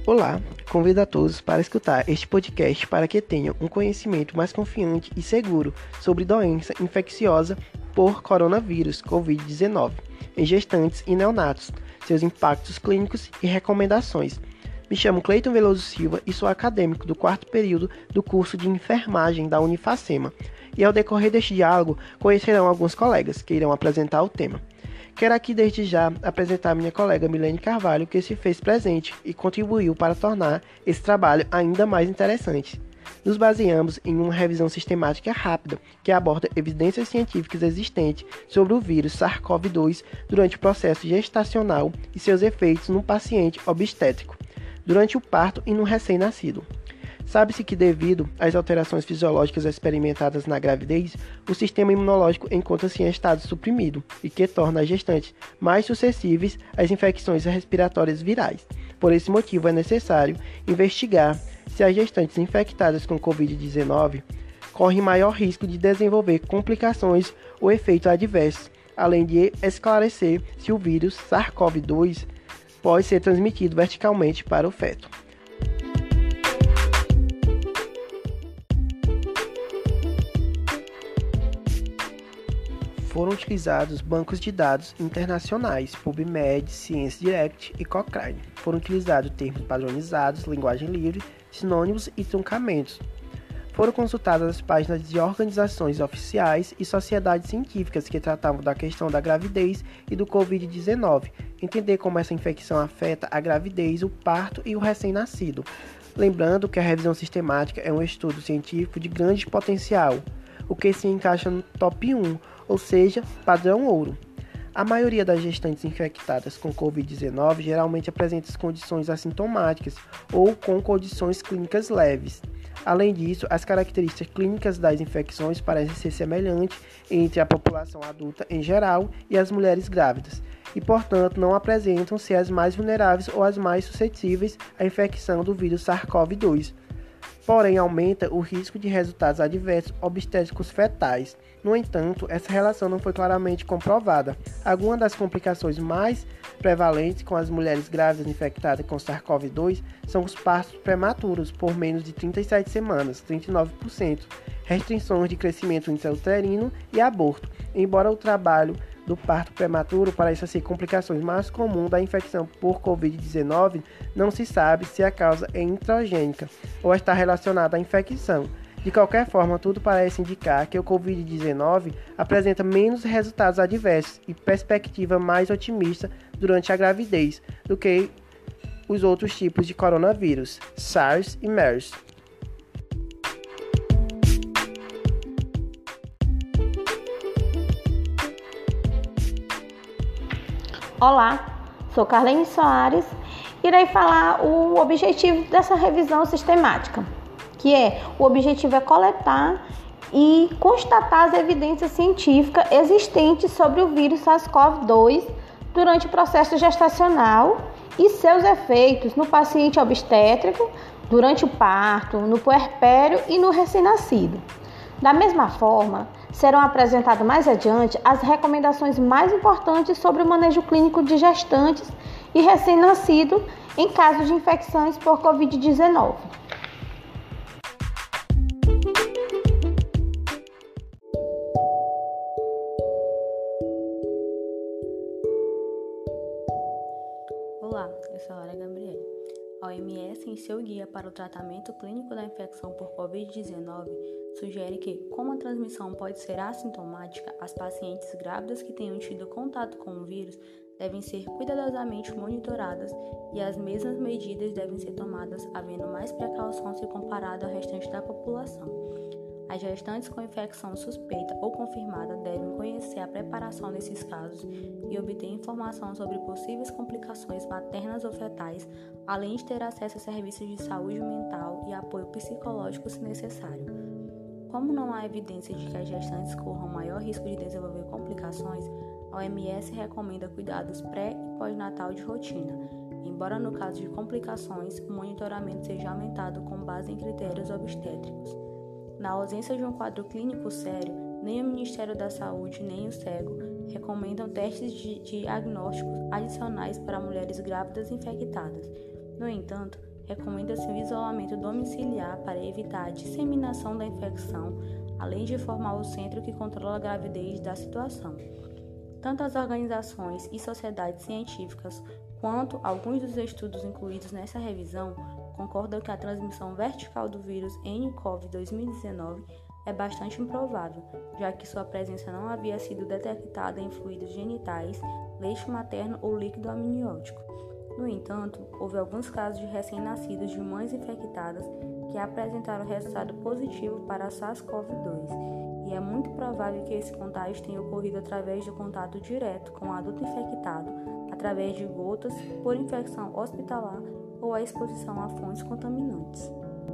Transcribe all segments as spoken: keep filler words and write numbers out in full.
Olá, convido a todos para escutar este podcast para que tenham um conhecimento mais confiante e seguro sobre doença infecciosa por coronavírus covid dezenove em gestantes e neonatos, seus impactos clínicos e recomendações. Me chamo Cleiton Veloso Silva e sou acadêmico do quarto período do curso de enfermagem da Unifacema. E ao decorrer deste diálogo, conhecerão alguns colegas que irão apresentar o tema. Quero aqui desde já apresentar minha colega Milene Carvalho, que se fez presente e contribuiu para tornar esse trabalho ainda mais interessante. Nos baseamos em uma revisão sistemática rápida que aborda evidências científicas existentes sobre o vírus SARS-CoV dois durante o processo gestacional e seus efeitos no paciente obstétrico, durante o parto e no recém-nascido. Sabe-se que, devido às alterações fisiológicas experimentadas na gravidez, o sistema imunológico encontra-se em estado suprimido e que torna as gestantes mais suscetíveis às infecções respiratórias virais. Por esse motivo, é necessário investigar se as gestantes infectadas com covid dezenove correm maior risco de desenvolver complicações ou efeitos adversos, além de esclarecer se o vírus SARS-CoV dois pode ser transmitido verticalmente para o feto. Foram utilizados bancos de dados internacionais, PubMed, ScienceDirect e Cochrane. Foram utilizados termos padronizados, linguagem livre, sinônimos e truncamentos. Foram consultadas as páginas de organizações oficiais e sociedades científicas que tratavam da questão da gravidez e do covid dezenove, entender como essa infecção afeta a gravidez, o parto e o recém-nascido. Lembrando que a revisão sistemática é um estudo científico de grande potencial, o que se encaixa no top um, ou seja, padrão ouro. A maioria das gestantes infectadas com covid dezenove geralmente apresenta condições assintomáticas ou com condições clínicas leves. Além disso, as características clínicas das infecções parecem ser semelhantes entre a população adulta em geral e as mulheres grávidas, e, portanto, não apresentam ser as mais vulneráveis ou as mais suscetíveis à infecção do vírus SARS-CoV dois. Porém, aumenta o risco de resultados adversos obstétricos fetais. No entanto, essa relação não foi claramente comprovada. Algumas das complicações mais prevalentes com as mulheres grávidas infectadas com SARS-CoV dois são os partos prematuros por menos de trinta e sete semanas, trinta e nove por cento, restrições de crescimento intrauterino e aborto. Embora o trabalho do parto prematuro pareça ser complicações mais comuns da infecção por covid dezenove, não se sabe se a causa é intragênica ou está relacionada à infecção. De qualquer forma, tudo parece indicar que o covid dezenove apresenta menos resultados adversos e perspectiva mais otimista durante a gravidez do que os outros tipos de coronavírus, SARS e MERS. Olá, sou Carlene Soares e irei falar o objetivo dessa revisão sistemática, que é, o objetivo é coletar e constatar as evidências científicas existentes sobre o vírus SARS-CoV dois durante o processo gestacional e seus efeitos no paciente obstétrico, durante o parto, no puerpério e no recém-nascido. Da mesma forma, serão apresentadas mais adiante as recomendações mais importantes sobre o manejo clínico de gestantes e recém-nascidos em caso de infecções por covid dezenove. Olá, eu sou a Lara Gabriele. A O M S, em seu guia para o tratamento clínico da infecção por covid dezenove, sugere que, como a transmissão pode ser assintomática, as pacientes grávidas que tenham tido contato com o vírus devem ser cuidadosamente monitoradas e as mesmas medidas devem ser tomadas havendo mais precaução se comparado ao restante da população. As gestantes com infecção suspeita ou confirmada devem conhecer a preparação nesses casos e obter informação sobre possíveis complicações maternas ou fetais, além de ter acesso a serviços de saúde mental e apoio psicológico se necessário. Como não há evidência de que as gestantes corram maior risco de desenvolver complicações, a O M S recomenda cuidados pré e pós-natal de rotina, embora no caso de complicações, o monitoramento seja aumentado com base em critérios obstétricos. Na ausência de um quadro clínico sério, nem o Ministério da Saúde nem o cego recomendam testes de diagnósticos adicionais para mulheres grávidas infectadas. No entanto, recomenda-se o isolamento domiciliar para evitar a disseminação da infecção, além de informar o centro que controla a gravidez da situação. Tanto as organizações e sociedades científicas quanto alguns dos estudos incluídos nessa revisão concordam que a transmissão vertical do vírus N C O V dois mil e dezenove é bastante improvável, já que sua presença não havia sido detectada em fluidos genitais, leite materno ou líquido amniótico. No entanto, houve alguns casos de recém-nascidos de mães infectadas que apresentaram resultado positivo para a SARS-CoV dois, e é muito provável que esse contágio tenha ocorrido através do contato direto com o adulto infectado, através de gotas, por infecção hospitalar ou a exposição a fontes contaminantes.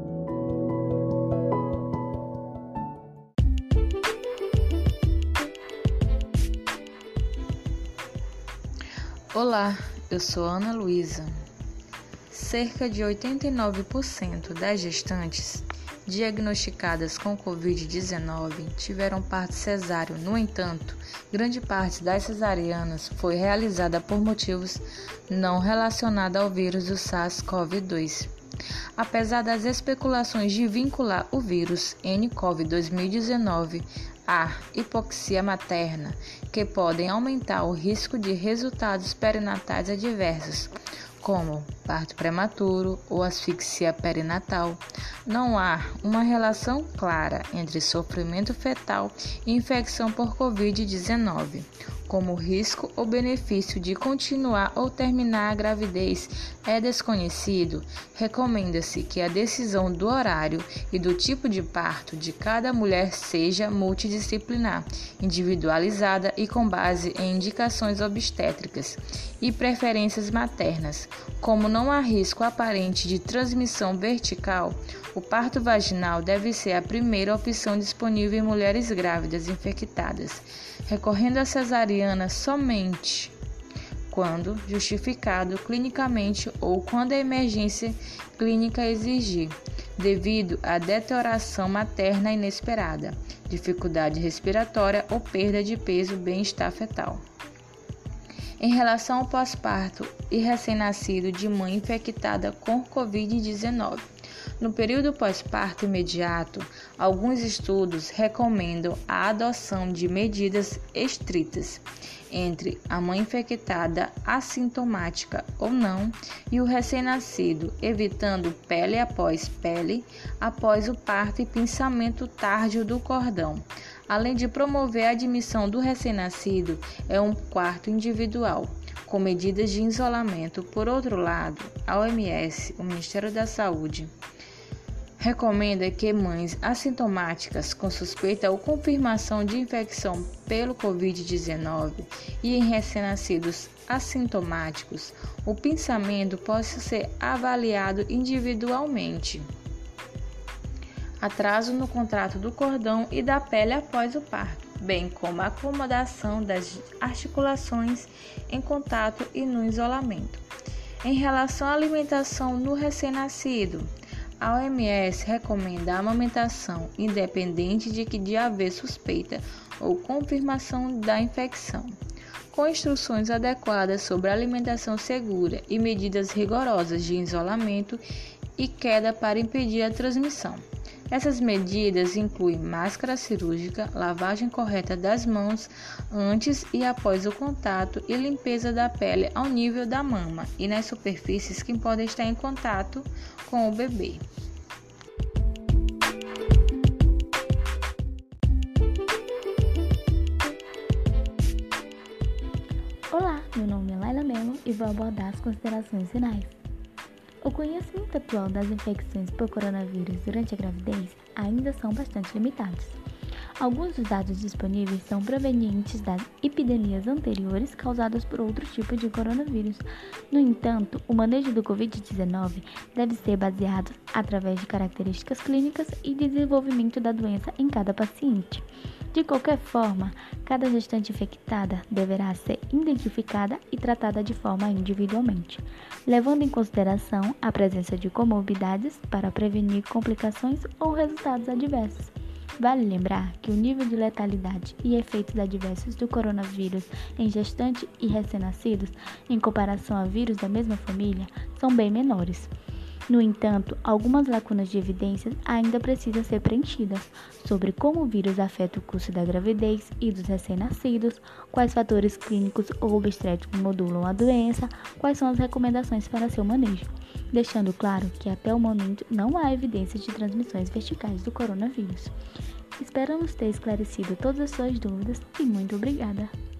Olá, eu sou Ana Luísa. Cerca de oitenta e nove por cento das gestantes diagnosticadas com covid dezenove tiveram parto cesáreo. No entanto, grande parte das cesarianas foi realizada por motivos não relacionados ao vírus do SARS-CoV dois. Apesar das especulações de vincular o vírus N C O V dois mil e dezenove à hipoxia materna, que podem aumentar o risco de resultados perinatais adversos, como parto prematuro ou asfixia perinatal, não há uma relação clara entre sofrimento fetal e infecção por covid dezenove. Como o risco ou benefício de continuar ou terminar a gravidez é desconhecido, recomenda-se que a decisão do horário e do tipo de parto de cada mulher seja multidisciplinar, individualizada e com base em indicações obstétricas e preferências maternas. Como não há risco aparente de transmissão vertical, o parto vaginal deve ser a primeira opção disponível em mulheres grávidas infectadas, recorrendo à cesariana somente quando justificado clinicamente ou quando a emergência clínica exigir, devido à deterioração materna inesperada, dificuldade respiratória ou perda de peso, bem-estar fetal. Em relação ao pós-parto e recém-nascido de mãe infectada com covid dezenove, no período pós-parto imediato, alguns estudos recomendam a adoção de medidas estritas entre a mãe infectada assintomática ou não e o recém-nascido, evitando pele após pele após o parto e pinçamento tardio do cordão, além de promover a admissão do recém-nascido em um quarto individual, com medidas de isolamento. Por outro lado, a O M S, o Ministério da Saúde, recomenda que mães assintomáticas com suspeita ou confirmação de infecção pelo covid dezenove e em recém-nascidos assintomáticos, o pinçamento possa ser avaliado individualmente. Atraso no contrato do cordão e da pele após o parto, bem como a acomodação das articulações em contato e no isolamento. Em relação à alimentação no recém-nascido, a O M S recomenda a amamentação, independente de que de haver suspeita ou confirmação da infecção, com instruções adequadas sobre alimentação segura e medidas rigorosas de isolamento e queda para impedir a transmissão. Essas medidas incluem máscara cirúrgica, lavagem correta das mãos antes e após o contato e limpeza da pele ao nível da mama e nas superfícies que podem estar em contato com o bebê. Olá, meu nome é Laila Mello e vou abordar as considerações finais. O conhecimento atual das infecções por coronavírus durante a gravidez ainda são bastante limitados. Alguns dos dados disponíveis são provenientes das epidemias anteriores causadas por outro tipo de coronavírus. No entanto, o manejo do covid dezenove deve ser baseado através de características clínicas e desenvolvimento da doença em cada paciente. De qualquer forma, cada gestante infectada deverá ser identificada e tratada de forma individualmente, levando em consideração a presença de comorbidades para prevenir complicações ou resultados adversos. Vale lembrar que o nível de letalidade e efeitos adversos do coronavírus em gestantes e recém-nascidos, em comparação a vírus da mesma família, são bem menores. No entanto, algumas lacunas de evidências ainda precisam ser preenchidas sobre como o vírus afeta o curso da gravidez e dos recém-nascidos, quais fatores clínicos ou obstétricos modulam a doença, quais são as recomendações para seu manejo, deixando claro que até o momento não há evidências de transmissões verticais do coronavírus. Esperamos ter esclarecido todas as suas dúvidas e muito obrigada!